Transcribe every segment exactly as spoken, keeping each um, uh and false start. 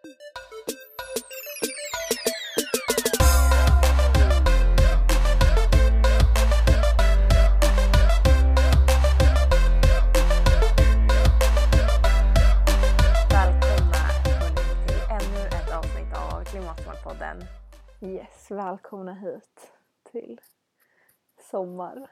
Yes, välkomna hit till sommar.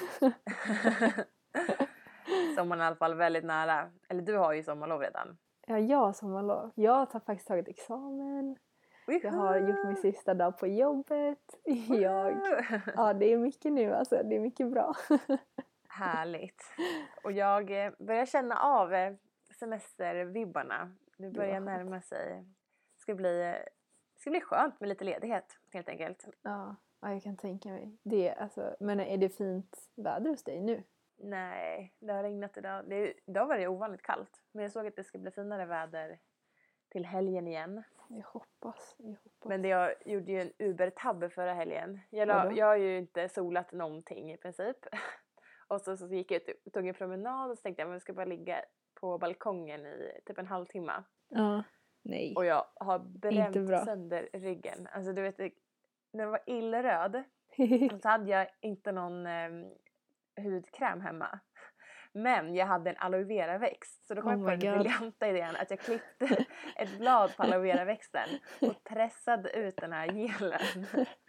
Sommaren är i alla fall väldigt nära. Eller du har ju sommarlov redan. Ja, jag har sommarlov. Jag har faktiskt tagit examen. Woho! Jag har gjort min sista dag på jobbet. Jag, ja, det är mycket nu alltså. Det är mycket bra. Härligt. Och jag börjar känna av semestervibbarna. Det börjar närma sig. Det ska bli, det ska bli skönt med lite ledighet helt enkelt. Ja, ja jag kan tänka mig. Det, alltså, men är det fint väder hos dig nu? Nej, det har regnat idag. Det är, idag var det ovanligt kallt. Men jag såg att det ska bli finare väder till helgen igen. Jag hoppas, jag hoppas. Men det, jag gjorde ju en Uber-tabbe förra helgen. Jag, la, jag har ju inte solat någonting i princip. Och så, så gick jag ut och tog en promenad och så tänkte jag att jag ska bara ligga på balkongen i typ en halvtimme. Ja, nej. Och jag har bränt sönder ryggen. Alltså du vet, den var illröd. Och så hade jag inte någon eh, hudkräm hemma. Men jag hade en aloe vera växt. Så då kom oh jag på den briljanta idén att jag klippte ett blad på aloe vera växten. Och pressade ut den här gelen.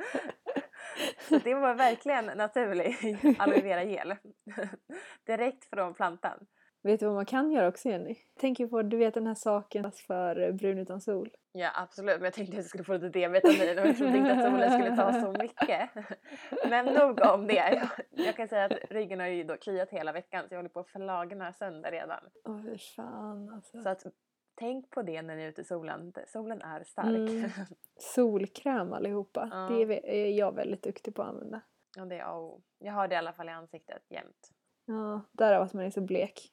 Så det var verkligen naturlig aloe vera gel. Direkt från plantan. Vet du vad man kan göra också, Jenny? Tänker på, du vet den här saken för brun utan sol. Ja, absolut. Men jag tänkte att jag skulle få lite D-vitamin och jag trodde inte att solen skulle ta så mycket. Men nog om det. Jag, jag kan säga att ryggen har ju då kliat hela veckan så jag håller på att förlagna sönder redan. Åh, oh, för fan alltså. Så att tänk på det när ni är ute i solen. Solen är stark. Mm. Solkräm allihopa. Ja. Det är jag väldigt duktig på att använda. Ja, det är, oh. Jag har det i alla fall i ansiktet jämt. Ja, därav att man är så blek.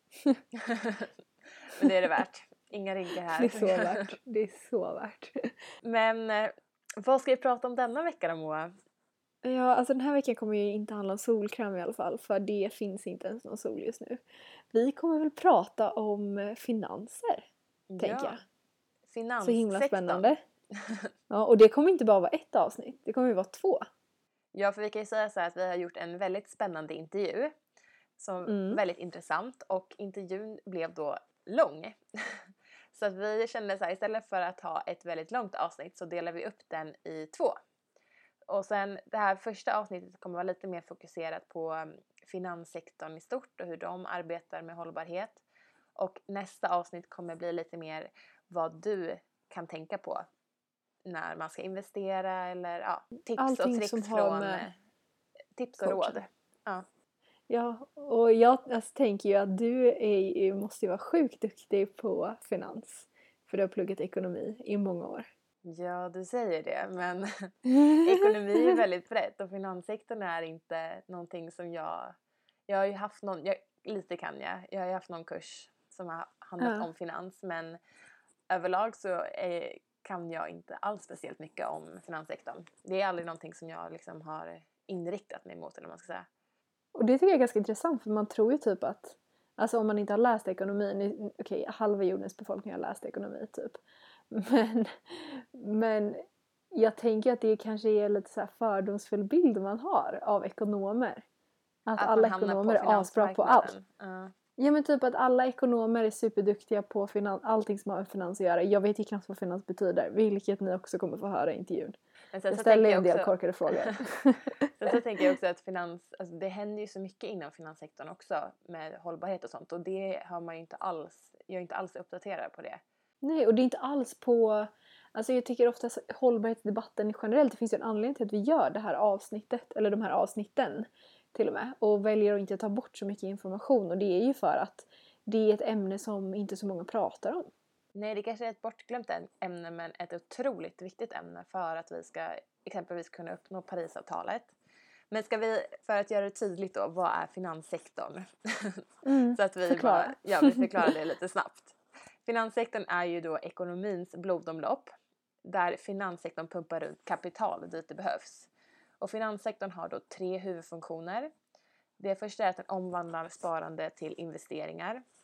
Men det är det värt. Inga rynkor här. Det är så värt. Det är så värt. Men eh, vad ska vi prata om denna vecka då, Moa? Ja, alltså den här veckan kommer ju inte handla om solkräm i alla fall. För det finns inte ens någon sol just nu. Vi kommer väl prata om finanser, ja. tänker jag. Finanssektorn. Så himla spännande. Ja, och det kommer inte bara vara ett avsnitt. Det kommer ju vara två. Ja, för vi kan ju säga så här att vi har gjort en väldigt spännande intervju. Som mm. väldigt intressant. Och intervjun blev då lång. Så att vi kände så här, istället för att ha ett väldigt långt avsnitt så delar vi upp den i två. Och sen det här första avsnittet kommer vara lite mer fokuserat på finanssektorn i stort och hur de arbetar med hållbarhet. Och nästa avsnitt kommer bli lite mer vad du kan tänka på när man ska investera eller ja, tips allting och tricks från tips och råd. Ja. Ja, och jag alltså, tänker ju att du är, måste ju vara sjukt duktig på finans. För du har pluggat ekonomi i många år. Ja, du säger det. Men ekonomi är väldigt brett och finanssektorn är inte någonting som jag... Jag har ju haft någon... Jag, lite kan jag. Jag har ju haft någon kurs som har handlat ja. om finans. Men överlag så är, kan jag inte alls speciellt mycket om finanssektorn. Det är aldrig någonting som jag liksom har inriktat mig mot, eller man ska säga. Och det tycker jag är ganska intressant, för man tror ju typ att, alltså om man inte har läst ekonomi, okej, okay, halva jordens befolkning har läst ekonomi typ. Men, men jag tänker att det kanske är lite så här fördomsfull bild man har av ekonomer. Att, att alla ekonomer är asbra på allt. Uh. Ja, men typ att alla ekonomer är superduktiga på finans, allting som har med finans att göra. Jag vet ju knappt vad finans betyder, vilket ni också kommer få höra i intervjun. Men sen jag så ställer en jag del också, korkade frågor. Sen så tänker jag också att finans, alltså det händer ju så mycket inom finanssektorn också med hållbarhet och sånt. Och det har man ju inte alls, jag är inte alls uppdaterad på det. Nej, och det är inte alls på, alltså jag tycker ofta hållbarhetsdebatten generellt, det finns ju en anledning till att vi gör det här avsnittet, eller de här avsnitten till och med. Och väljer att inte ta bort så mycket information, och det är ju för att det är ett ämne som inte så många pratar om. Nej, det kanske är ett bortglömt ämne, men ett otroligt viktigt ämne för att vi ska exempelvis kunna uppnå Parisavtalet. Men ska vi, för att göra det tydligt då, vad är finanssektorn? Mm, så att vi bara, ja, vi förklarar det lite snabbt. Finanssektorn är ju då ekonomins blodomlopp, där finanssektorn pumpar runt kapital dit det behövs. Och finanssektorn har då tre huvudfunktioner. Det första är att den omvandlar sparande till investeringar.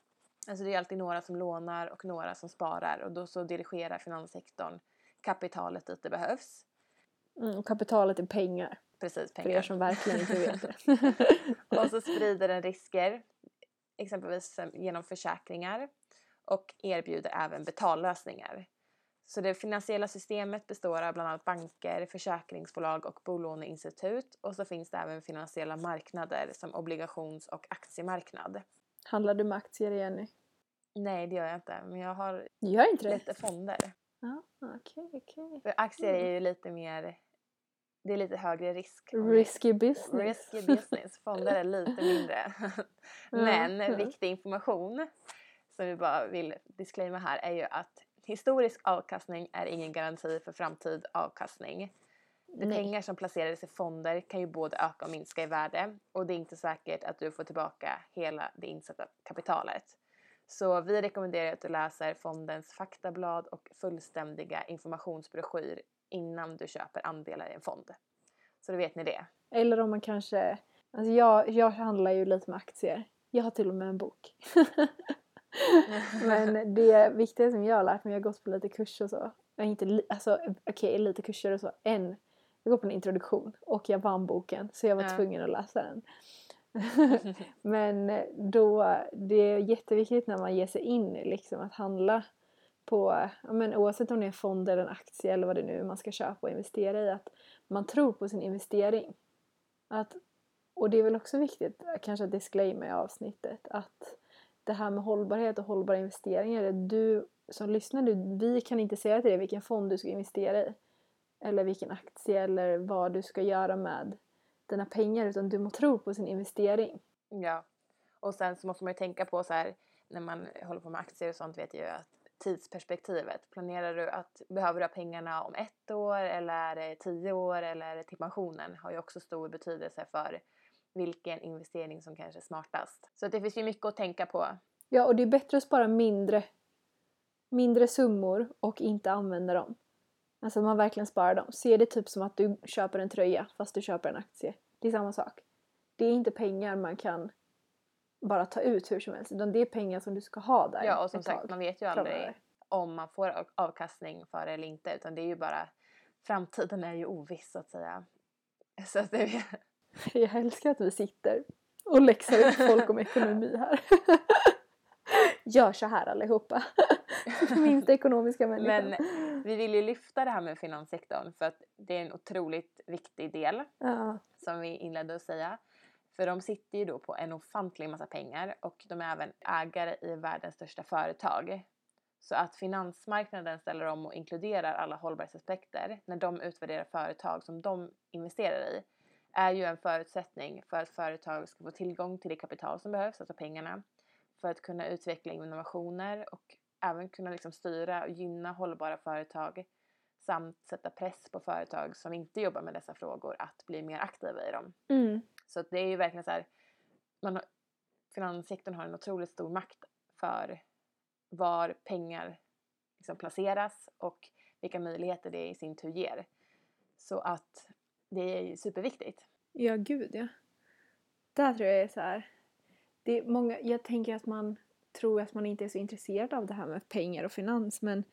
Alltså det är alltid några som lånar och några som sparar. Och då så dirigerar finanssektorn kapitalet dit det behövs. Mm, och kapitalet är pengar. Precis, pengar. För er som verkligen inte vet det. Och så sprider den risker. Exempelvis genom försäkringar. Och erbjuder även betallösningar. Så det finansiella systemet består av bland annat banker, försäkringsbolag och bolåneinstitut. Och så finns det även finansiella marknader som obligations- och aktiemarknad. Handlar du med aktier, Jenny? Nej, det gör jag inte. Men jag har gör inte det? lite fonder. Ja, okej, okej. För aktier är ju lite mer... Det är lite högre risk. Risky business. Risky business. Fonder är lite mindre. Men ja, ja. viktig information som vi bara vill disclaima här är ju att historisk avkastning är ingen garanti för framtid avkastning. De Nej. pengar som placeras i fonder kan ju både öka och minska i värde. Och det är inte säkert att du får tillbaka hela det insatta kapitalet. Så vi rekommenderar att du läser fondens faktablad och fullständiga informationsbroschyr innan du köper andelar i en fond. Så då vet ni det. Eller om man kanske... Alltså jag, jag handlar ju lite med aktier. Jag har till och med en bok. Men det viktiga som jag har lärt mig, jag har gått på lite kurser och så. Jag inte li, alltså okej, okay, lite kurser och så. En, jag går på en introduktion och jag vann boken. Så jag var Ja. tvungen att läsa den. Men då, det är jätteviktigt när man ger sig in liksom att handla på, men oavsett om det är en fond eller en aktie eller vad det nu är man ska köpa och investera i, att man tror på sin investering. Att, och det är väl också viktigt, kanske att disclaimer i avsnittet, att det här med hållbarhet och hållbara investeringar, du som lyssnar, du, vi kan inte säga till dig vilken fond du ska investera i eller vilken aktie eller vad du ska göra med dina pengar, utan du måste tro på sin investering. Ja, och sen så måste man ju tänka på så här, när man håller på med aktier och sånt, vet jag ju att tidsperspektivet, planerar du att behöver du ha pengarna om ett år eller är det tio år eller till pensionen, har ju också stor betydelse för vilken investering som kanske är smartast. Så det finns ju mycket att tänka på. Ja, och det är bättre att spara mindre mindre summor och inte använda dem. Alltså man verkligen sparar dem. Se det typ som att du köper en tröja fast du köper en aktie. Det är samma sak. Det är inte pengar man kan bara ta ut hur som helst. Utan det är pengar som du ska ha där. Ja, och som sagt, man vet ju aldrig framöver. om man får avkastning för det eller inte. Utan det är ju bara, framtiden är ju oviss så att säga. Så att det är... Jag älskar att vi sitter och läxar upp folk om ekonomi här. Gör så här allihopa. Minst ekonomiska människan. Men vi vill ju lyfta det här med finanssektorn för att det är en otroligt viktig del. Ja. Som vi inledde att säga. För de sitter ju då på en ofantlig massa pengar och de är även ägare i världens största företag. Så att finansmarknaden ställer om och inkluderar alla hållbarhetsaspekter när de utvärderar företag som de investerar i är ju en förutsättning för att företag ska få tillgång till det kapital som behövs, alltså pengarna, för att kunna utveckla innovationer och även kunna liksom styra och gynna hållbara företag samt sätta press på företag som inte jobbar med dessa frågor att bli mer aktiva i dem. Mm. Så att det är ju verkligen så här, man har, finanssektorn har en otroligt stor makt för var pengar liksom placeras och vilka möjligheter det i sin tur ger. Så att det är ju superviktigt. Ja, gud ja. Där tror jag är så här. Det är många, jag tänker att man tror att man inte är så intresserad av det här med pengar och finans, men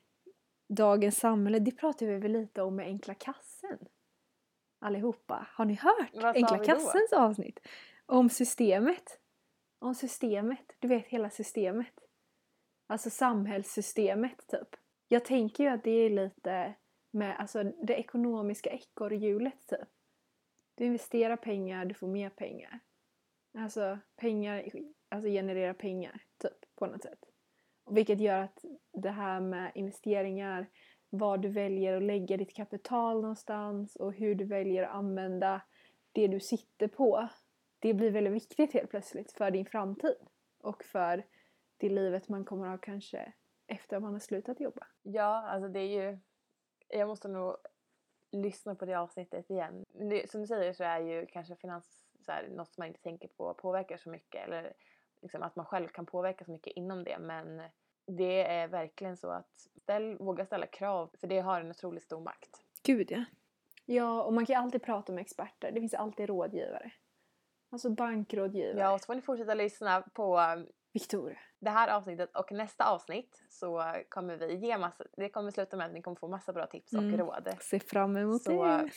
dagens samhälle, det pratar vi väl lite om med Enkla kassen. Allihopa. Har ni hört Vad Enkla sa vi då? kassens avsnitt? Om systemet. Om systemet. Du vet, hela systemet. Alltså samhällssystemet typ. Jag tänker ju att det är lite med alltså, det ekonomiska ekorrhjulet typ. Du investerar pengar, du får mer pengar. Alltså pengar alltså genererar pengar typ på något sätt. Vilket gör att det här med investeringar, var du väljer att lägga ditt kapital någonstans och hur du väljer att använda det du sitter på, det blir väldigt viktigt helt plötsligt för din framtid och för det livet man kommer att ha kanske efter att man har slutat jobba. Ja, alltså det är ju, jag måste nog lyssna på det avsnittet igen. Det, som du säger så är ju kanske finans så här, något som man inte tänker på påverkar så mycket eller liksom att man själv kan påverka så mycket inom det, men det är verkligen så att ställ, våga ställa krav, för det har en otroligt stor makt. Gud ja. Ja, och man kan alltid prata med experter. Det finns alltid rådgivare. Alltså bankrådgivare. Ja, och så får ni fortsätta lyssna på Victoria. det här avsnittet och nästa avsnitt så kommer vi ge massa, det kommer sluta med att ni kommer få massa bra tips och mm. råd. Se fram emot så... det.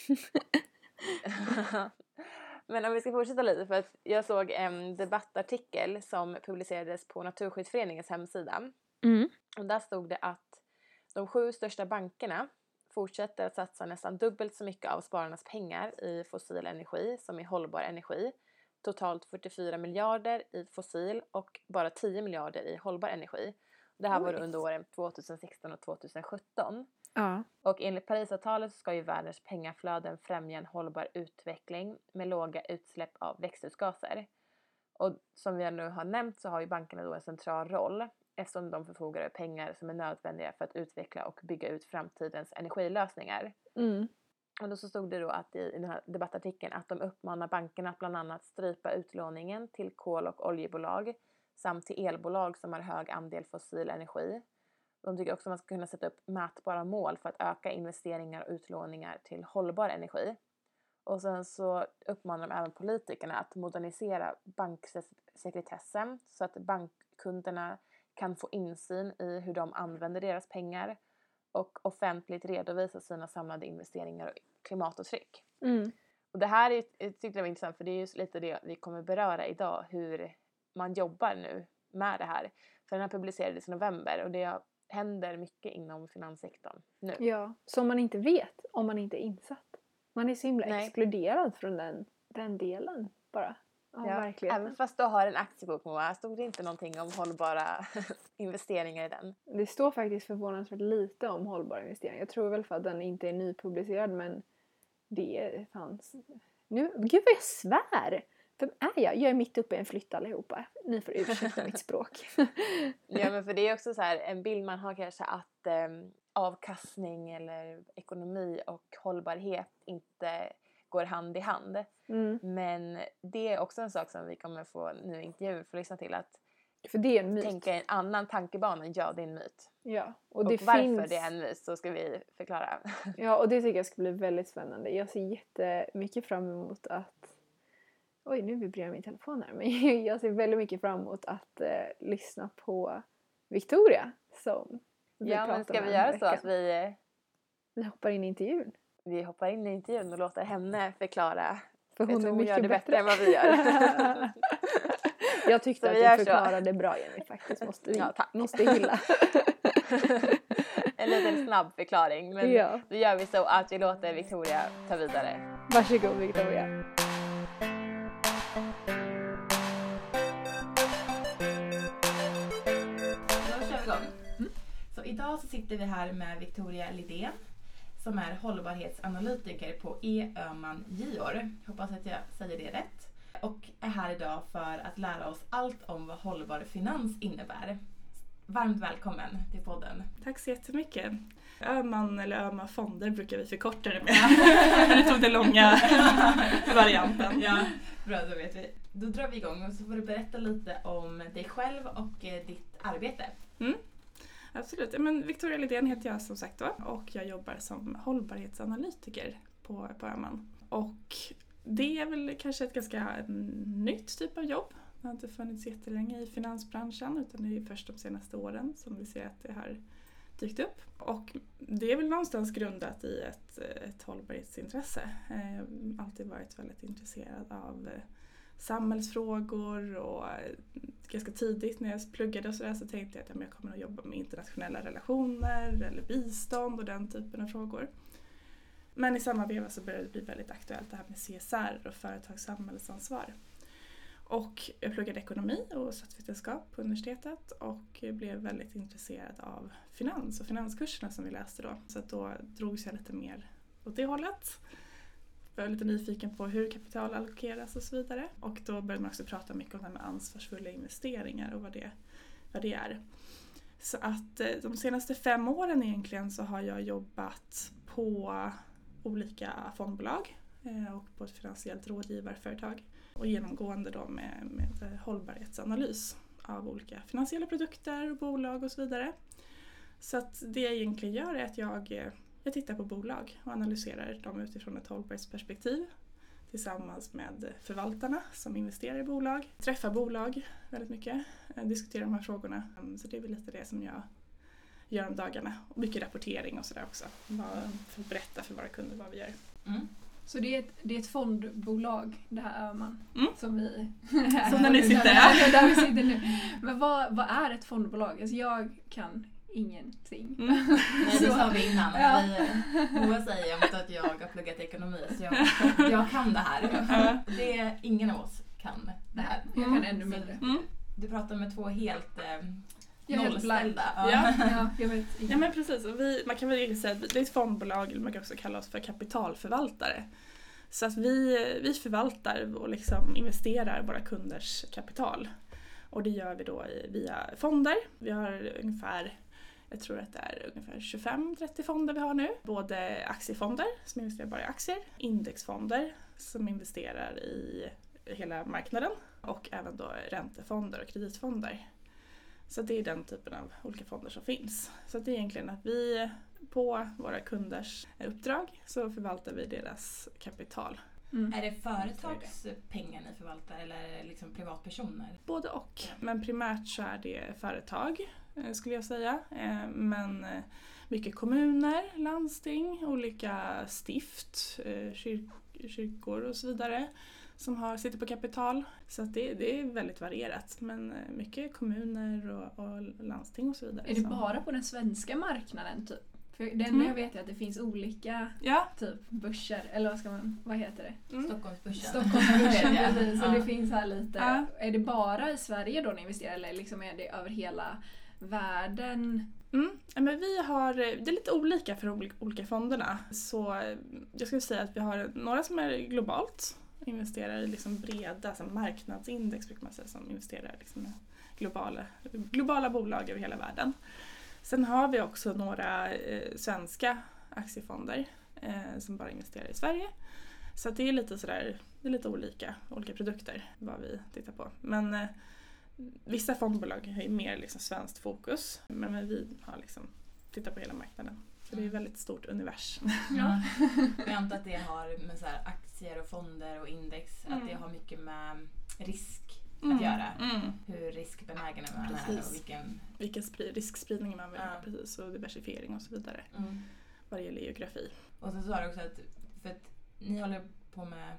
Men om vi ska fortsätta lite, för att jag såg en debattartikel som publicerades på Naturskyddsföreningens hemsida. Mm. Och där stod det att de sju största bankerna fortsätter att satsa nästan dubbelt så mycket av spararnas pengar i fossil energi som i hållbar energi. Totalt fyrtiofyra miljarder i fossil och bara tio miljarder i hållbar energi. Det här Oj. var under åren tjugohundrasexton och tjugosjutton. Ja. Och enligt Parisavtalet ska ju världens pengaflöden främja en hållbar utveckling med låga utsläpp av växthusgaser. Och som vi nu har nämnt så har ju bankerna då en central roll eftersom de förfogar över pengar som är nödvändiga för att utveckla och bygga ut framtidens energilösningar. Mm. Och då så stod det då att i, i den här debattartikeln att de uppmanar bankerna att bland annat strypa utlåningen till kol- och oljebolag samt till elbolag som har hög andel fossil energi. De tycker också att man ska kunna sätta upp mätbara mål för att öka investeringar och utlåningar till hållbar energi. Och sen så uppmanar de även politikerna att modernisera banksekretessen så att bankkunderna kan få insyn i hur de använder deras pengar och offentligt redovisa sina samlade investeringar och klimatavtryck. Mm. Och det här är, jag tyckte det var intressant för det är just lite det vi kommer beröra idag, hur man jobbar nu med det här. För den här publicerades i november och det händer mycket inom finanssektorn nu. Ja, som man inte vet om man inte är insatt. Man är så himla Nej. exkluderad från den, den delen bara. Ja, verkligen. Även fast du har en aktiebok, Moa, stod det inte någonting om hållbara investeringar i den? Det står faktiskt förvånansvärt lite om hållbara investeringar. Jag tror väl för att den inte är nypublicerad, men det fanns... Nu, gud vad jag svär! Vem är jag? Jag är mitt uppe i en flytt allihopa. Ni får ursäkta mitt språk. Ja, men för det är också så här en bild man har kanske att eh, avkastning eller ekonomi och hållbarhet inte går hand i hand. Mm. Men det är också en sak som vi kommer få nu intervjuer för att lyssna till, att för det är en myt. Tänka en annan tankebana, ja det är en myt. Ja, och, och det varför finns... det är en myt så ska vi förklara. Ja, och det tycker jag ska bli väldigt spännande. Jag ser jättemycket fram emot att... Oj, nu vibrerar min telefon här. Men jag ser väldigt mycket fram emot att eh, lyssna på Victoria som vi ja, pratar men ska med vi göra veckan. Så att vi... Vi hoppar in i intervjun. Vi hoppar in i intervjun och låter henne förklara. För hon är mycket gör det bättre bättre än vad vi gör. Jag tyckte så att du förklarade det bra, Jenny, faktiskt. Måste, ja, tack. måste hylla. En liten snabb förklaring. Men ja. Då gör vi så att vi låter Victoria ta vidare. Varsågod, Victoria. Då kör vi igång. Mm. Så idag så sitter vi här med Victoria Lidén som är hållbarhetsanalytiker på E. Öhman Gior. Hoppas att jag säger det rätt. Och är här idag för att lära oss allt om vad hållbar finans innebär. Varmt välkommen till podden. Tack så jättemycket. Öhman eller Öhman Fonder brukar vi förkorta det med. Jag tog den långa varianten. Ja, bra, då vet vi. Då drar vi igång och så får du berätta lite om dig själv och ditt arbete. Mm. Absolut. Men Victoria Lidén heter jag som sagt då, och jag jobbar som hållbarhetsanalytiker på, på Öhman. Och det är väl kanske ett ganska nytt typ av jobb. Det har inte funnits jättelänge i finansbranschen, utan det är först de senaste åren som vi ser att det har dykt upp. Och det är väl någonstans grundat i ett, ett hållbarhetsintresse. Jag har alltid varit väldigt intresserad av samhällsfrågor och ganska tidigt när jag pluggade och så där så tänkte jag att jag kommer att jobba med internationella relationer eller bistånd och den typen av frågor. Men i samma veva så började det bli väldigt aktuellt det här med C S R och företagssamhällsansvar. Och jag pluggade ekonomi och statsvetenskap på universitetet och blev väldigt intresserad av finans och finanskurserna som vi läste då. Så att då drogs jag lite mer åt det hållet. Jag var lite nyfiken på hur kapital allokeras och så vidare. Och då började man också prata mycket om det här med ansvarsfulla investeringar och vad det, vad det är. Så att de senaste fem åren egentligen så har jag jobbat på olika fondbolag och på ett finansiellt rådgivarföretag. Och genomgående då med, med hållbarhetsanalys av olika finansiella produkter och bolag och så vidare. Så att det jag egentligen gör är att jag, jag tittar på bolag och analyserar dem utifrån ett hållbarhetsperspektiv. tillsammans med förvaltarna som investerar i bolag. Träffar bolag väldigt mycket, diskuterar de här frågorna. Så det är väl lite det som jag gör om dagarna. Och mycket rapportering och sådär också. Bara för att berätta för våra kunder vad vi gör. Mm. Så det är, ett, det är ett fondbolag, det här Öhman, Mm. som vi... Som när ni sitter här. Där vi sitter nu. Men vad, vad är ett fondbolag? Alltså jag kan ingenting. Mm. Nej, det Så- sa vi innan. Ja. Vi, Moa säger jämt att jag har pluggat ekonomi så jag, jag kan det här. Det är, ingen av oss kan det här. Jag kan ännu Så mindre. Mm. Du pratar med två helt eh, Jag är helt blank. nollställda. Ja. Ja, jag vet Ja men precis, och vi, man kan väl säga att det är ett fondbolag, eller man kan också kalla oss för kapitalförvaltare. Så att vi, vi förvaltar och liksom investerar våra kunders kapital. Och det gör vi då i, via fonder. Vi har ungefär, jag tror att det är ungefär tjugofem trettio fonder vi har nu. Både aktiefonder som investerar bara i aktier, indexfonder som investerar i hela marknaden och även då räntefonder och kreditfonder. Så det är den typen av olika fonder som finns. Så det är egentligen att vi på våra kunders uppdrag så förvaltar vi deras kapital. Mm. Är det företagspengar ni förvaltar eller är det liksom privatpersoner? Både och. Men primärt så är det företag eh, skulle jag säga. Eh, Men eh, mycket kommuner, landsting, olika stift, eh, kyr- kyrkor och så vidare som har, sitter på kapital. Så att det, det är väldigt varierat. Men eh, mycket kommuner och, och landsting och så vidare. Är det som- bara på den svenska marknaden typ? För det enda Mm. jag vet är att det finns olika Ja. typ börser, eller vad ska man, vad heter det? Mm. Stockholmsbörsen. Stockholmsbörsen, Ja. precis. Så Ja. det finns här lite. Ja. Är det bara i Sverige då ni investerar eller liksom är det över hela världen? Mm. Ja, men vi har, det är lite olika för de olika fonderna. Så eh, jag skulle säga att vi har några som är globalt, investerar i liksom breda alltså marknadsindex brukar man säga, som investerar liksom i globala, globala bolag över hela världen. Sen har vi också några eh, svenska aktiefonder eh, som bara investerar i Sverige. Så att det är lite sådär, det är lite olika, olika produkter vad vi tittar på. Men eh, vissa fondbolag har ju mer liksom svenskt fokus, men, men vi har liksom tittat på hela marknaden. Så det är ett väldigt stort univers. Ja. Jag antar att det har med så här aktier och fonder och index, Mm. att det har mycket med risk Mm. att göra. Mm. Hur riskbenägen man är Precis. och vilken... Vilken spri- riskspridning man vill ha, Ja. precis, och diversifiering och så vidare. Mm. Vad det gäller geografi. Och sen så har det också att, för att ni håller på med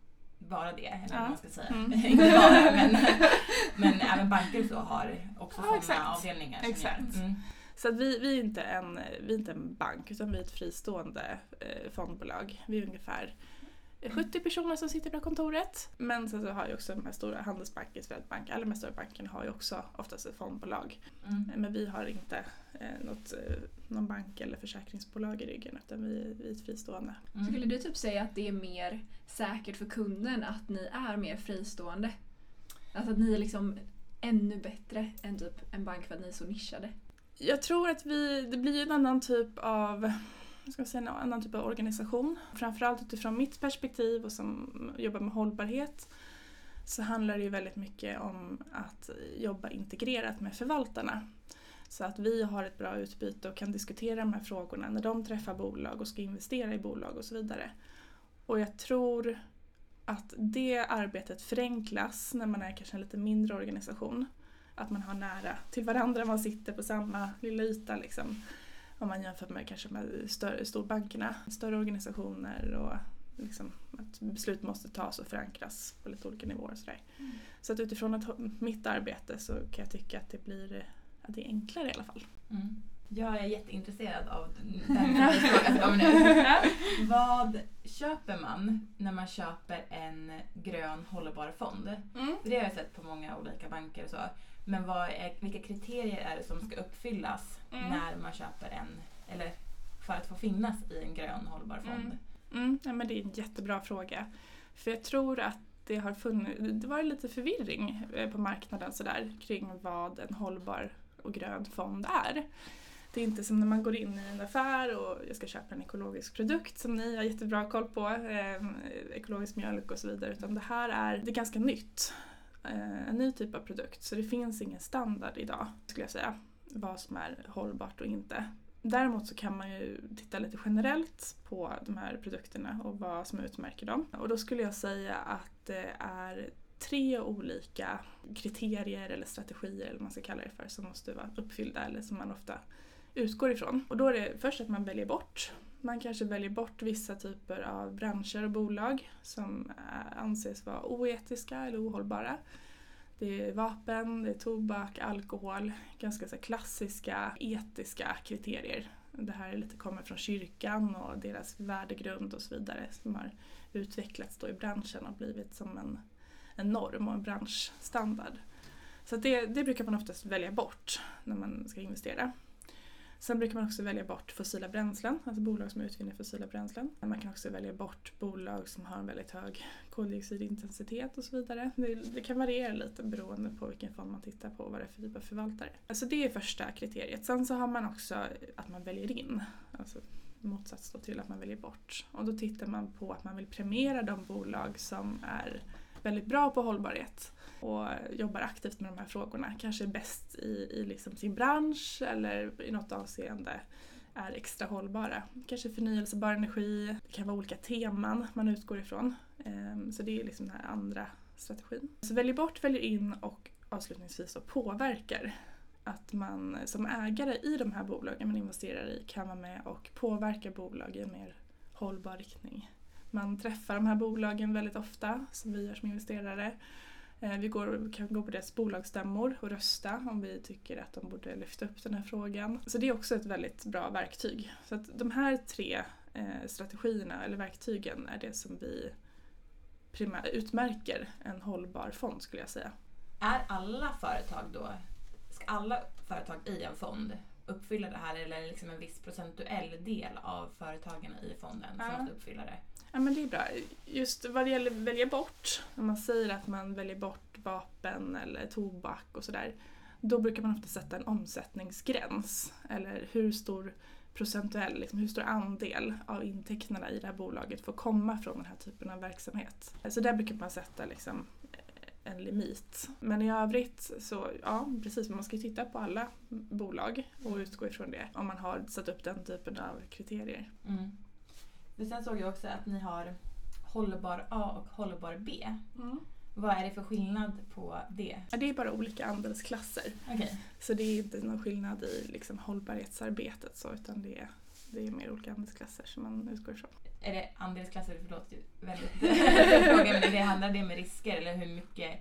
bara det, eller Ja. vad man ska säga. Mm. Inte bara, men, men även banker så har också Ja, sådana exakt. avdelningar. som Exakt. gör- Mm. Så att vi, vi, är inte en, vi är inte en bank utan vi är ett fristående eh, fondbolag. Vi är ungefär sjuttio personer som sitter på kontoret. Men sen så har ju också de här stora Handelsbanken, Swedbank, alla de här stora bankerna har ju också oftast ett fondbolag. Mm. Men vi har inte eh, något, eh, någon bank eller försäkringsbolag i ryggen utan vi, vi är ett fristående. Mm. Skulle du typ säga att det är mer säkert för kunden att ni är mer fristående? Alltså att ni är liksom ännu bättre än typ en bank för att ni är så nischade? Jag tror att vi, det blir en annan typ av, jag ska säga, en annan typ av organisation. Framförallt utifrån mitt perspektiv och som jobbar med hållbarhet så handlar det ju väldigt mycket om att jobba integrerat med förvaltarna. Så att vi har ett bra utbyte och kan diskutera de här frågorna när de träffar bolag och ska investera i bolag och så vidare. Och jag tror att det arbetet förenklas när man är kanske en lite mindre organisation. Att man har nära till varandra, man sitter på samma lilla yta liksom. Om man jämför med kanske med större, storbankerna, större organisationer och liksom att beslut måste tas och förankras på lite olika nivåer och sådär. Mm. Så att utifrån att mitt arbete så kan jag tycka att det blir att det är enklare i alla fall. Mm. Jag är jätteintresserad av den frågan som kommer nu. Vad köper man när man köper en grön hållbar fond? Mm. Det har jag sett på många olika banker och så. Men vad är, vilka kriterier är det som ska uppfyllas Mm. när man köper en, eller för att få finnas i en grön hållbar fond? Mm. Mm, ja, men det är en jättebra fråga. För jag tror att det har funnits, det var lite förvirring eh, på marknaden sådär, kring vad en hållbar och grön fond är. Det är inte som när man går in i en affär och jag ska köpa en ekologisk produkt som ni har jättebra koll på, eh, ekologisk mjölk och så vidare, utan det här är, det är ganska nytt. Eh, en ny typ av produkt, så det finns ingen standard idag skulle jag säga, vad som är hållbart och inte. Däremot så kan man ju titta lite generellt på de här produkterna och vad som utmärker dem. Och då skulle jag säga att det är tre olika kriterier eller strategier eller vad man ska kalla det för som måste vara uppfyllda eller som man ofta utgår ifrån. Och då är det först att man väljer bort. Man kanske väljer bort vissa typer av branscher och bolag som anses vara oetiska eller ohållbara. Det är vapen, det är tobak, alkohol, ganska så klassiska etiska kriterier. Det här lite kommer från kyrkan och deras värdegrund och så vidare som har utvecklats då i branschen och blivit som en, en norm och en branschstandard. Så det, det brukar man oftast välja bort när man ska investera. Sen brukar man också välja bort fossila bränslen, alltså bolag som utvinner fossila bränslen. Man kan också välja bort bolag som har en väldigt hög koldioxidintensitet och så vidare. Det, det kan variera lite beroende på vilken fond man tittar på och vad det är för typ av förvaltare. Alltså det är första kriteriet. Sen så har man också att man väljer in, alltså motsats då till att man väljer bort. Och då tittar man på att man vill premiera de bolag som är väldigt bra på hållbarhet och jobbar aktivt med de här frågorna. Kanske är bäst i, i liksom sin bransch eller i något avseende är extra hållbara. Kanske förnyelsebar energi, det kan vara olika teman man utgår ifrån. Så det är liksom den här andra strategin. Så väljer bort, väljer in och avslutningsvis så påverkar. Att man som ägare i de här bolagen man investerar i kan vara med och påverka bolag i en mer hållbar riktning. Man träffar de här bolagen väldigt ofta som vi gör som investerare. Vi går, kan gå på deras bolagsstämmor och rösta om vi tycker att de borde lyfta upp den här frågan. Så det är också ett väldigt bra verktyg. Så att de här tre eh, strategierna eller verktygen är det som vi primär, utmärker en hållbar fond skulle jag säga. Är alla företag då, ska alla företag i en fond uppfylla det här eller är det liksom en viss procentuell del av företagen i fonden som Ja. måste uppfylla det? Ja men det är bra. Just vad det gäller välja bort, när man säger att man väljer bort vapen eller tobak och sådär, då brukar man ofta sätta en omsättningsgräns. Eller hur stor procentuell, liksom hur stor andel av intäkterna i det här bolaget får komma från den här typen av verksamhet. Så där brukar man sätta liksom en limit. Men i övrigt så, ja precis, man ska titta på alla bolag och utgå ifrån det om man har satt upp den typen av kriterier. Mm. Men sen såg jag också att ni har hållbar A och hållbar B. Mm. Vad är det för skillnad på det? Ja, det är bara olika andelsklasser. Okay. Så det är inte någon skillnad i liksom hållbarhetsarbetet så, utan det är, det är mer olika andelsklasser som man utgår ifrån. Är det andelsklasser, förlåt, väldigt fråga, men det handlar det med risker eller hur mycket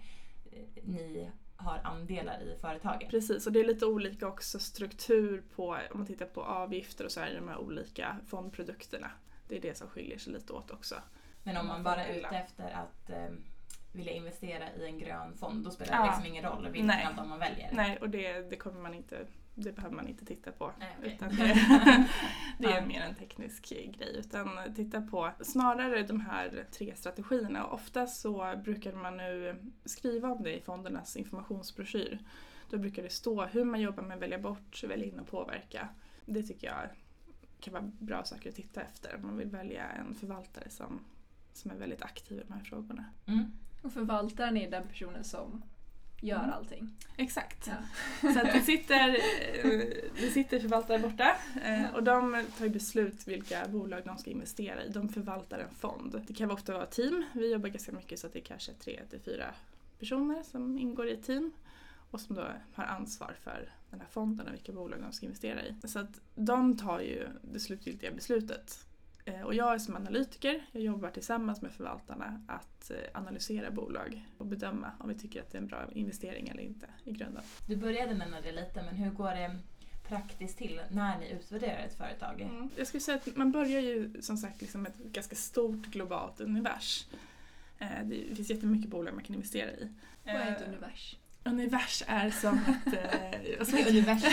ni har andelar i företaget? Precis, och det är lite olika också struktur på, om man tittar på avgifter och så är de här olika fondprodukterna. Det är det som skiljer sig lite åt också. Men om man bara är ute efter att eh, vilja investera i en grön fond, då spelar det Ja. liksom ingen roll vilken Nej. av dem man väljer? Nej, och det, det kommer man inte, det behöver man inte titta på. Nej, okay. Utan det, det är mer en teknisk grej. Utan titta på snarare de här tre strategierna. Och ofta så brukar man nu skriva om det i fondernas informationsbroschyr. Då brukar det stå hur man jobbar med att välja bort, välja in och påverka. Det tycker jag kan vara bra saker att titta efter om man vill välja en förvaltare som, som är väldigt aktiv i de här frågorna. Mm. Och förvaltaren är den personen som gör Mm. allting. Exakt. Ja. Så att det sitter, det sitter förvaltare borta och de tar beslut vilka bolag de ska investera i. De förvaltar en fond. Det kan ofta vara team. Vi jobbar ganska mycket så att det är kanske tre till fyra personer som ingår i ett team och som då har ansvar för den här fonden och vilka bolag de ska investera i. Så att de tar ju det slutgiltiga beslutet. Och jag är som analytiker, jag jobbar tillsammans med förvaltarna att analysera bolag och bedöma om vi tycker att det är en bra investering eller inte i grunden. Du började nämna det lite, men hur går det praktiskt till när ni utvärderar ett företag? Mm. Jag skulle säga att man börjar ju som sagt liksom ett ganska stort globalt univers. Det finns jättemycket bolag man kan investera i. Vad är ett univers? Univers är som ett... Eh, alltså, universum.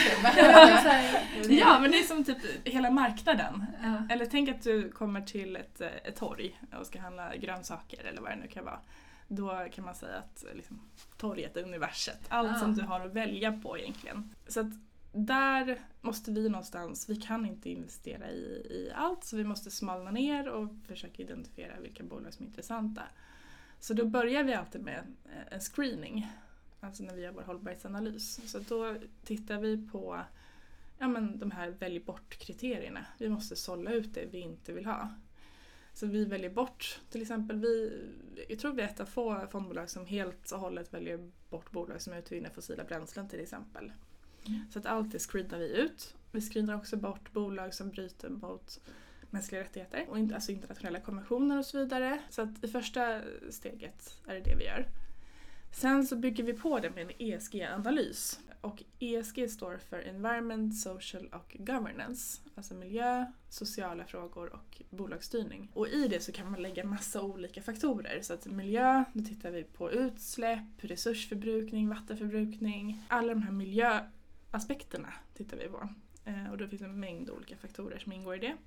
Ja, men det är som typ hela marknaden. Ja. Eller tänk att du kommer till ett, ett torg och ska handla grönsaker eller vad det nu kan vara. Då kan man säga att liksom, torget är universet. Allt Ah. som du har att välja på egentligen. Så att där måste vi någonstans, vi kan inte investera i, i allt så vi måste smalna ner och försöka identifiera vilka bolag som är intressanta. Så då börjar vi alltid med en screening. Alltså när vi gör vår hållbarhetsanalys. Så då tittar vi på ja, men de här välj bort-kriterierna. Vi måste sålla ut det vi inte vill ha. Så vi väljer bort, till exempel, vi, jag tror vi är ett av få fondbolag som helt och hållet väljer bort bolag som utvinner fossila bränslen till exempel. Mm. Så att allt det screenar vi ut. Vi screenar också bort bolag som bryter mot mänskliga rättigheter och inte, alltså internationella konventioner och så vidare. Så att i första steget är det det vi gör. Sen så bygger vi på det med en E S G-analys. Och E S G står för Environment, Social och Governance. Alltså miljö, sociala frågor och bolagsstyrning. Och i det så kan man lägga massa olika faktorer. Så att miljö, då tittar vi på utsläpp, resursförbrukning, vattenförbrukning. Alla de här miljöaspekterna tittar vi på. Och då finns det en mängd olika faktorer som ingår i det.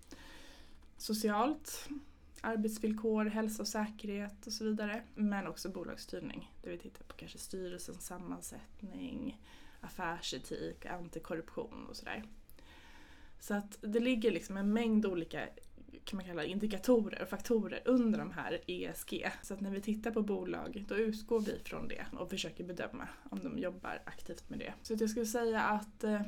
Socialt, arbetsvillkor, hälsa och säkerhet och så vidare. Men också bolagsstyrning, där vi tittar på kanske styrelsens sammansättning, affärsetik, antikorruption och sådär. Så att det ligger liksom en mängd olika, kan man kalla, indikatorer och faktorer under de här E S G. Så att när vi tittar på bolag, då utgår vi från det och försöker bedöma om de jobbar aktivt med det. Så att jag skulle säga att eh,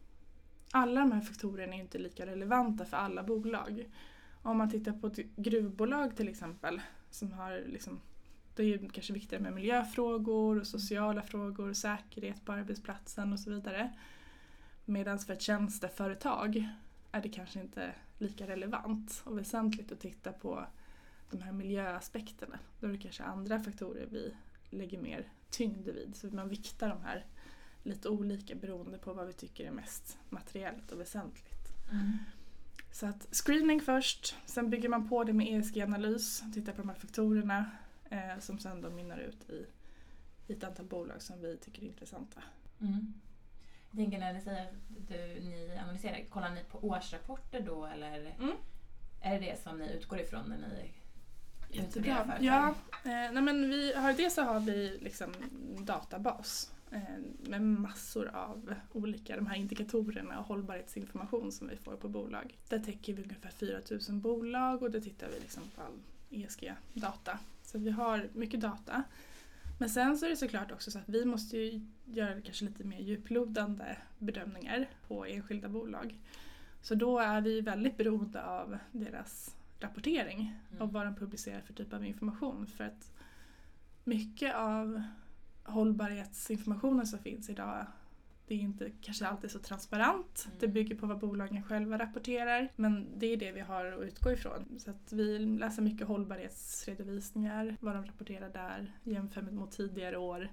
alla de här faktorerna är inte lika relevanta för alla bolag. Om man tittar på ett gruvbolag till exempel, som har liksom, det är ju kanske viktigare med miljöfrågor och sociala frågor, säkerhet på arbetsplatsen och så vidare. Medan för ett tjänsteföretag är det kanske inte lika relevant och väsentligt att titta på de här miljöaspekterna. Då är det kanske andra faktorer vi lägger mer tyngd vid. Så man viktar de här lite olika beroende på vad vi tycker är mest materiellt och väsentligt. Mm. Så att screening först, sen bygger man på det med E S G-analys, tittar på de här faktorerna eh, som sen då mynnar ut i, i ett antal bolag som vi tycker är intressanta. Mm. Jag tänker när ni säger att du, ni analyserar, kollar ni på årsrapporter då eller mm. är det det som ni utgår ifrån när ni utvärderar företag? Ja, eh, nej men vi har det så har vi liksom databas med massor av olika de här indikatorerna och hållbarhetsinformation som vi får på bolag. Där täcker vi ungefär fyra tusen bolag och då tittar vi liksom på all E S G-data. Så vi har mycket data. Men sen så är det såklart också så att vi måste ju göra kanske lite mer djuplodande bedömningar på enskilda bolag. Så då är vi väldigt beroende av deras rapportering mm. och vad de publicerar för typ av information. För att mycket av hållbarhetsinformationen som finns idag, det är inte kanske alltid så transparent. Mm. Det bygger på vad bolagen själva rapporterar. Men det är det vi har att utgå ifrån. Så att vi läser mycket hållbarhetsredovisningar, vad de rapporterar där, jämför mot tidigare år.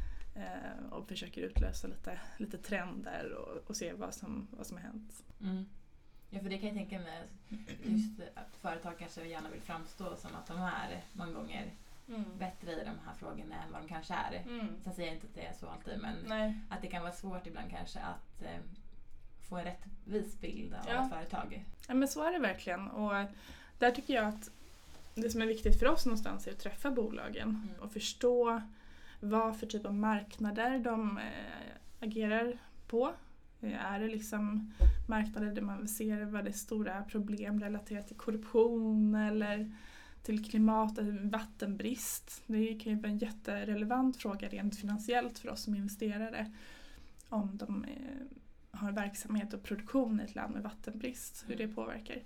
Eh, och försöker utlösa lite, lite trender och, och se vad som, vad som har hänt. Mm. Ja, för det kan jag tänka mig just att företag kanske gärna vill framstå som att de är många gånger Mm. bättre i de här frågorna än vad de kanske är. Mm. Sen säger jag inte att det är så alltid, men Nej. att det kan vara svårt ibland kanske att eh, få en rättvis bild av ja. ett företag. Ja, men så är det verkligen. Och där tycker jag att det som är viktigt för oss någonstans är att träffa bolagen mm. och förstå vad för typ av marknader de eh, agerar på. Är det liksom marknader där man ser väldigt stora problem relaterat till korruption eller till klimat och vattenbrist. Det kan ju vara en jätterelevant fråga rent finansiellt för oss som investerare. Om de eh, har verksamhet och produktion i ett land med vattenbrist, hur det påverkar.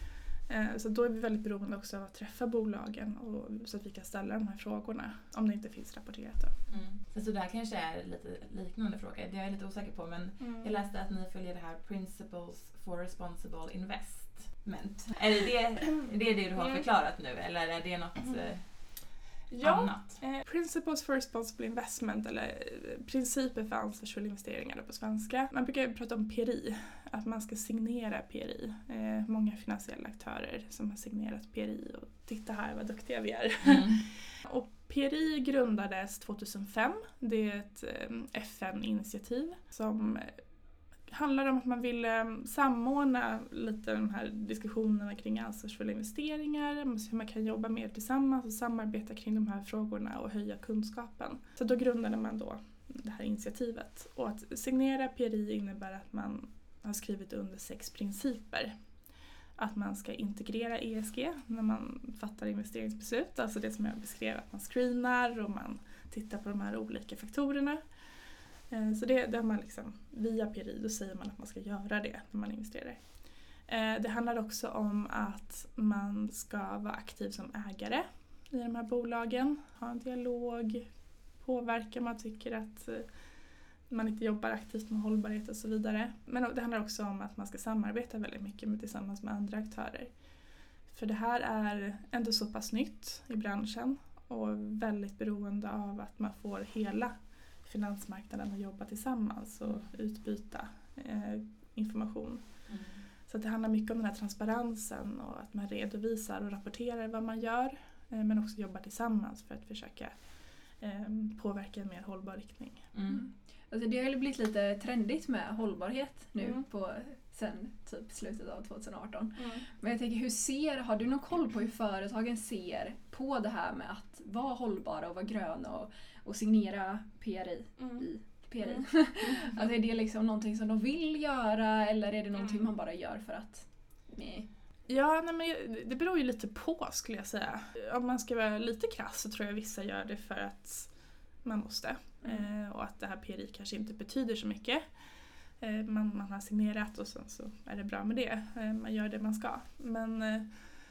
Eh, så då är vi väldigt beroende också av att träffa bolagen och, så att vi kan ställa de här frågorna om det inte finns rapporterat. Då. Mm. Så, så det här kanske är lite liknande fråga. Det är jag lite osäker på, men mm. jag läste att ni följer det här Principles for Responsible Invest. Men är det det, är det det du har förklarat nu eller är det något eh, ja, annat? Eh, Principles for Responsible Investment eller eh, principer för ansvarsfulla investeringar på svenska. Man brukar prata om P R I, att man ska signera P R I. Eh, många finansiella aktörer som har signerat P R I och titta här vad duktiga vi är. Mm. Och P R I grundades tjugohundrafem. Det är ett eh, F N-initiativ som handlar om att man vill samordna lite de här diskussionerna kring ansvarsfulla investeringar, hur man kan jobba mer tillsammans och samarbeta kring de här frågorna och höja kunskapen. Så då grundade man då det här initiativet. Och att signera P R I innebär att man har skrivit under sex principer. Att man ska integrera E S G när man fattar investeringsbeslut, alltså det som jag beskrev, att man screenar och man tittar på de här olika faktorerna. Så det, det har man liksom, via P R I, då säger man att man ska göra det när man investerar. Det handlar också om att man ska vara aktiv som ägare i de här bolagen. Ha en dialog, påverka om man tycker att man inte jobbar aktivt med hållbarhet och så vidare. Men det handlar också om att man ska samarbeta väldigt mycket med, tillsammans med andra aktörer. För det här är ändå så pass nytt i branschen och väldigt beroende av att man får hela finansmarknaden att jobba tillsammans och utbyta eh, information. Mm. Så att det handlar mycket om den här transparensen och att man redovisar och rapporterar vad man gör, eh, men också jobbar tillsammans för att försöka eh, påverka en mer hållbar riktning. Mm. Alltså det har ju blivit lite trendigt med hållbarhet nu mm. på sen typ slutet av tjugo arton. Mm. Men jag tänker, hur ser, har du någon koll på hur företagen ser på det här med att vara hållbara och vara gröna och, och signera P R I mm. i P R I? Mm. Alltså är det liksom någonting som de vill göra eller är det någonting mm. man bara gör för att... Nej. Ja, nej, men det beror ju lite på, skulle jag säga. Om man ska vara lite krass så tror jag vissa gör det för att man måste. Mm. Eh, och att det här P R I kanske inte betyder så mycket. Eh, man, man har signerat och sen så är det bra med det. Eh, man gör det man ska. Men eh,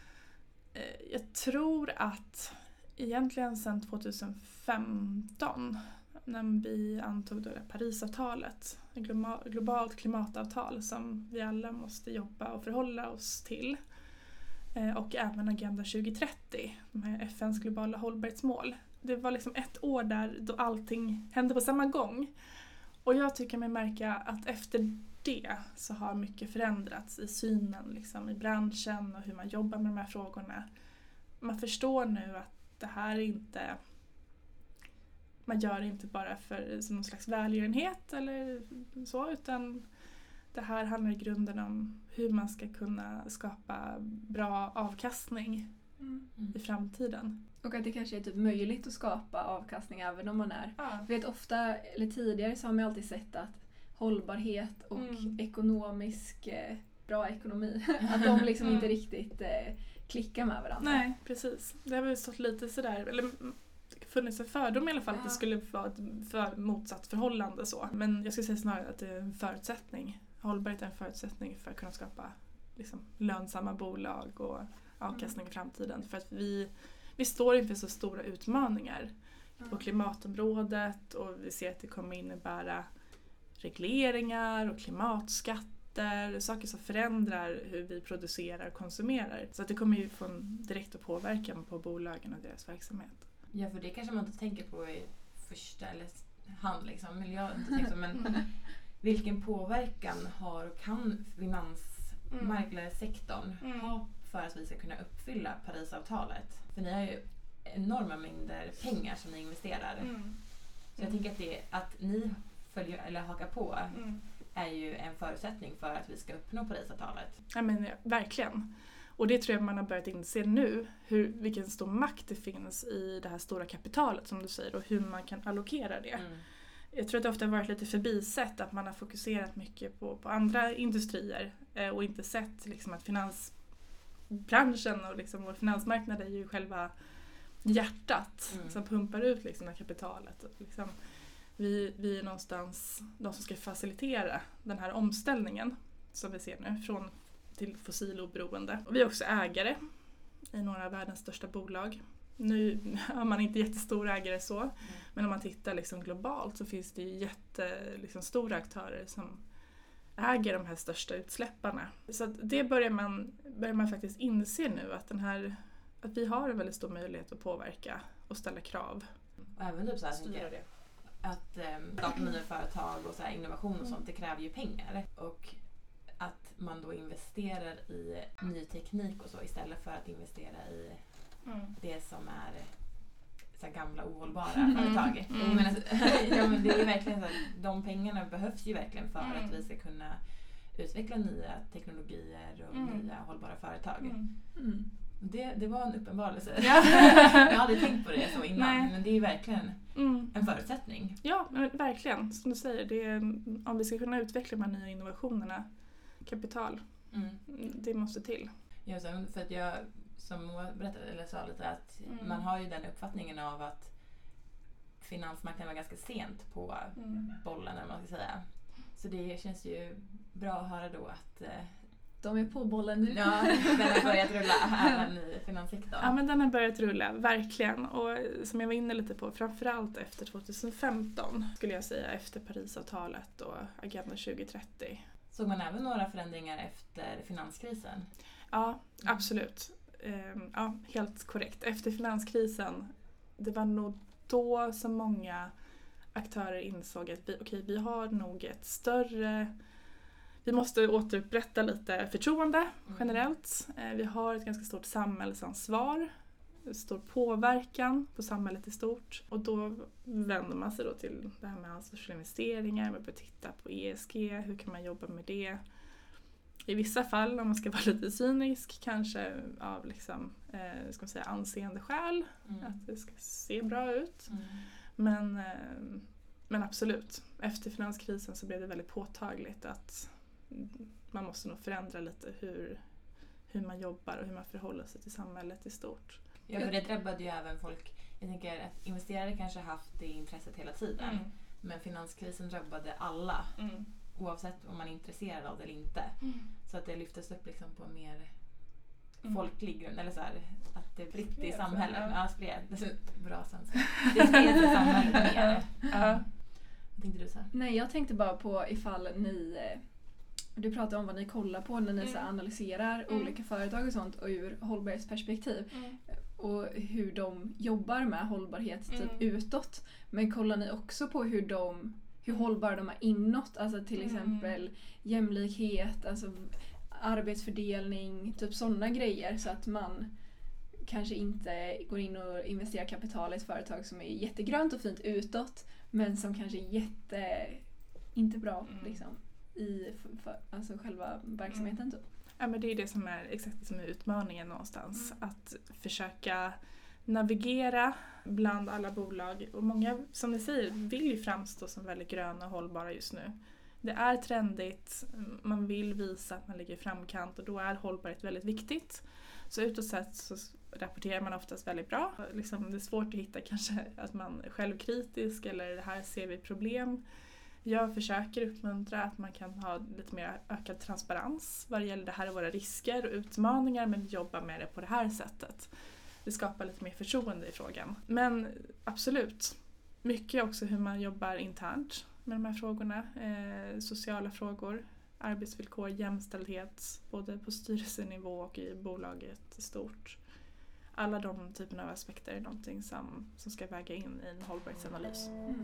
jag tror att egentligen sedan tjugohundrafemton när vi antog då det Parisavtalet, ett globalt klimatavtal som vi alla måste jobba och förhålla oss till. Eh, och även Agenda tjugohundratrettio, med F N:s globala hållbarhetsmål. Det var liksom ett år där då allting hände på samma gång. Och jag tycker mig märka att efter det så har mycket förändrats i synen liksom, i branschen och hur man jobbar med de här frågorna. Man förstår nu att det här är inte... Man gör det inte bara för som någon slags välgörenhet eller så, utan det här handlar i grunden om hur man ska kunna skapa bra avkastning mm. i framtiden. Och att det kanske är typ möjligt att skapa avkastning även om man är... Ja. Jag vet ofta, eller tidigare så har man alltid sett att hållbarhet och mm. ekonomisk, eh, bra ekonomi, att de liksom mm. inte riktigt eh, klickar med varandra. Nej, precis. Det har väl stått lite sådär, eller funnits en fördom i alla fall, ja. Att det skulle vara ett för motsatt förhållande så. Men jag skulle säga snarare att det är en förutsättning. Hållbarhet är en förutsättning för att kunna skapa liksom, lönsamma bolag och avkastning mm. i framtiden. För att vi, vi står inför så stora utmaningar mm. på klimatområdet och vi ser att det kommer innebära regleringar och klimatskatter, saker som förändrar hur vi producerar och konsumerar. Så att det kommer ju få en direkt påverkan på bolagen och deras verksamhet. Ja, för det kanske man inte tänker på i första eller hand liksom, miljö, liksom, men vilken påverkan har och kan finansmarknadssektorn mm. ha för att vi ska kunna uppfylla Parisavtalet? För ni har ju enorma mängder pengar som ni investerar. Mm. Så jag tänker att, det, att ni följer eller hakar på mm. är ju en förutsättning för att vi ska uppnå Parisavtalet. Ja, men ja, verkligen. Och det tror jag man har börjat inse nu, hur, vilken stor makt det finns i det här stora kapitalet som du säger och hur man kan allokera det. Mm. Jag tror att det ofta har varit lite förbisett att man har fokuserat mycket på, på andra industrier eh, och inte sett liksom, att finansbranschen och liksom, vår finansmarknad är ju själva hjärtat mm. som pumpar ut liksom, det här kapitalet. Och, liksom, vi, vi är någonstans de som ska facilitera den här omställningen som vi ser nu från till fossiloberoende. Och vi är också ägare i några av världens största bolag. Nu är man inte jättestor ägare så, mm. men om man tittar liksom globalt så finns det ju jätte, liksom, stora aktörer som äger de här största utsläpparna. Så att det börjar man, börjar man faktiskt inse nu att, den här, att vi har en väldigt stor möjlighet att påverka och ställa krav. Och även typ så här, tänker jag det. Att um, starta nya företag och så här, innovation och sånt, det kräver ju pengar. Och att man då investerar i ny teknik och så istället för att investera i mm. det som är så här gamla ohållbara mm. företag. Mm. Jag menar, ja, men det är verkligen så att de pengarna behövs ju verkligen för mm. att vi ska kunna utveckla nya teknologier och mm. nya hållbara företag. Mm. Mm. Det, det var en uppenbarelse. Ja. Jag hade tänkt på det så innan, nej. Men det är ju verkligen mm. en förutsättning. Ja, men verkligen. Som du säger, det är, om vi ska kunna utveckla de här nya innovationerna, kapital, mm. det måste till. Ja, för att jag som Moa berättade eller sa lite att mm. man har ju den uppfattningen av att finansmarknaden var ganska sent på Mm. bollen, eller vad man ska säga. Så det känns ju bra att höra då att eh, De är på bollen nu. ja, den har börjat rulla även i finanssektorn. Ja, men den har börjat rulla, verkligen. Och som jag var inne lite på, framförallt efter tjugohundrafemton skulle jag säga, efter Parisavtalet och Agenda tjugo trettio. Såg man även några förändringar efter finanskrisen? Ja, absolut. Ehm, Ja, helt korrekt. Efter finanskrisen, det var nog då som många aktörer insåg att vi, okej, vi har nog ett större... Vi måste återupprätta lite förtroende generellt. Eh, Vi har ett ganska stort samhällsansvar, stor påverkan på samhället i stort. Och då vänder man sig då till det här med ansvarsfulla investeringar, man börjar titta på E S G, hur kan man jobba med det. I vissa fall, om man ska vara lite cynisk, kanske av liksom, eh, ska man säga, anseende skäl, Mm. att det ska se bra ut. Mm. Men, eh, men absolut, efter finanskrisen så blev det väldigt påtagligt att man måste nog förändra lite hur, hur man jobbar och hur man förhåller sig till samhället i stort. Ja, för det drabbade ju även folk. Jag tänker att investerare kanske haft det intresset hela tiden. Mm. Men finanskrisen drabbade alla, Mm. oavsett om man är intresserad av det eller inte. Mm. Så att det lyftes upp liksom på en mer Mm. folklig grund. Eller så här, att det spritt i Spred, samhället. ja. Ja, spred. Det är bra svenska. Det spred i samhället mer. Ja. Vad tänkte du så här? Nej, jag tänkte bara på ifall ni... eh, Du pratar om vad ni kollar på när ni så här analyserar Mm. olika företag och sånt och ur hållbarhetsperspektiv. Mm. Och hur de jobbar med hållbarhet typ Mm. utåt. Men kollar ni också på hur de hur hållbara de är inåt? Alltså till Mm. exempel jämlikhet, alltså arbetsfördelning, typ sådana grejer. Så att man kanske inte går in och investerar kapital i ett företag som är jättegrönt och fint utåt. Men som kanske är jätte... inte bra Mm. liksom, i för, för, alltså själva verksamheten typ. Ja, men det är det som är exakt det som är utmaningen någonstans. Att försöka navigera bland alla bolag. Och många, som ni säger, vill ju framstå som väldigt gröna och hållbara just nu. Det är trendigt, man vill visa att man ligger i framkant och då är hållbarhet väldigt viktigt. Så utåt sett så rapporterar man oftast väldigt bra. Liksom, det är svårt att hitta kanske att man är självkritisk eller det här ser vi problem. Jag försöker uppmuntra att man kan ha lite mer ökad transparens vad det gäller det här är våra risker och utmaningar, men vi jobbar med det på det här sättet. Det skapar lite mer förtroende i frågan. Men absolut, mycket också hur man jobbar internt med de här frågorna. Eh, sociala frågor, arbetsvillkor, jämställdhet, både på styrelsenivå och i bolaget i stort. Alla de typerna av aspekter är någonting som, som ska väga in i en hållbarhetsanalys. Mm.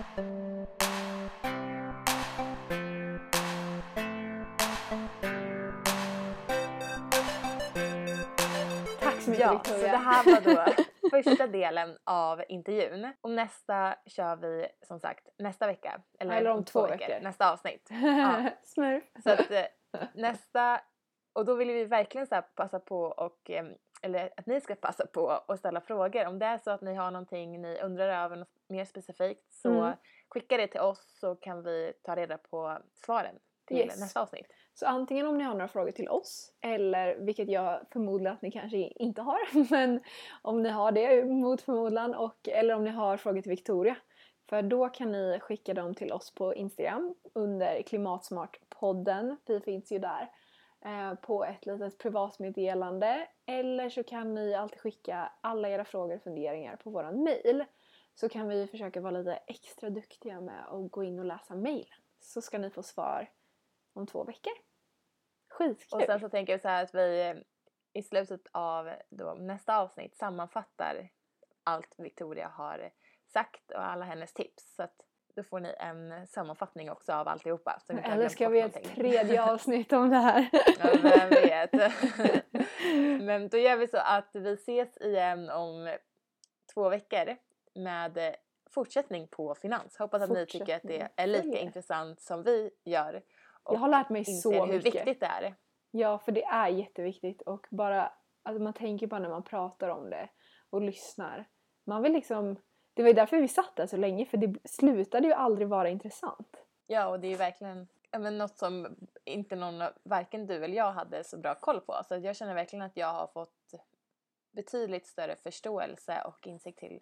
Tack så mycket Ja, Victoria. så det här var då första delen av intervjun. Och nästa kör vi som sagt nästa vecka. Eller, Eller om två veckor. Nästa avsnitt. Ja. Smurf. Så att eh, nästa, och då vill vi verkligen så här passa på och, eh, eller att ni ska passa på att ställa frågor. Om det är så att ni har någonting ni undrar över något mer specifikt så Mm. skicka det till oss så kan vi ta reda på svaren till Yes. nästa avsnitt. Så antingen om ni har några frågor till oss, eller vilket jag förmodar att ni kanske inte har, men om ni har det mot förmodan, och, eller om ni har frågor till Victoria. För då kan ni skicka dem till oss på Instagram under Klimatsmartpodden, vi finns ju där, eh, på ett litet privatmeddelande. Eller så kan ni alltid skicka alla era frågor och funderingar på våran mail. Så kan vi försöka vara lite extra duktiga med att gå in och läsa mailen. Så ska ni få svar om två veckor. Skitkul! Och sen så tänker jag så här att vi i slutet av då nästa avsnitt sammanfattar allt Victoria har sagt och alla hennes tips. Så att då får ni en sammanfattning också av alltihopa. Så ni inte har Eller glömt ska bort vi ett någonting. tredje avsnitt om det här? Ja, vem vet. Men då gör vi så att vi ses igen om två veckor med fortsättning på finans. Hoppas att ni tycker att det är lika Följer. intressant som vi gör. Och Jag har lärt mig inser så hur mycket. viktigt det är. Ja, för det är jätteviktigt och bara, alltså man tänker bara när man pratar om det och lyssnar. Man vill liksom, det var ju därför vi satt där så länge, för det slutade ju aldrig vara intressant. Ja, och det är ju verkligen ja, men något som inte någon, varken du eller jag hade så bra koll på. Så jag känner verkligen att jag har fått betydligt större förståelse och insikt till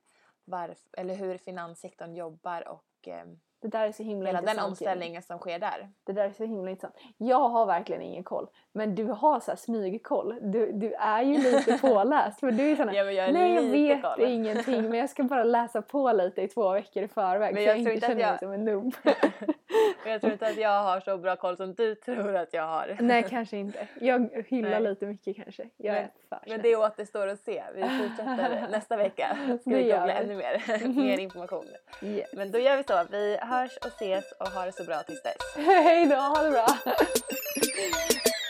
varf, eller hur finanssektorn jobbar och eh, Det där är så himla hela intressant. den omställningen som sker där. Det där är så himla intressant. Jag har verkligen ingen koll. Men du har så här smygkoll. Du, du är ju lite påläst. För du är såna, Ja, men jag är nej jag lite vet koll. ingenting. Men jag ska bara läsa på lite i två veckor i förväg. Men så jag jag tror inte inte att känner jag- mig som en noob. Men jag tror inte att jag har så bra koll som du tror att jag har. Nej kanske inte. Jag hyllar Nej. lite mycket kanske. Jag Men- är för Men snäll. det återstår att se. Vi fortsätter nästa vecka. Ska Det vi gör googla vi. ännu mer, mer information. Yes. Men då gör vi så. Vi hörs och ses och har det så bra tills dess. Hej då, ha det bra!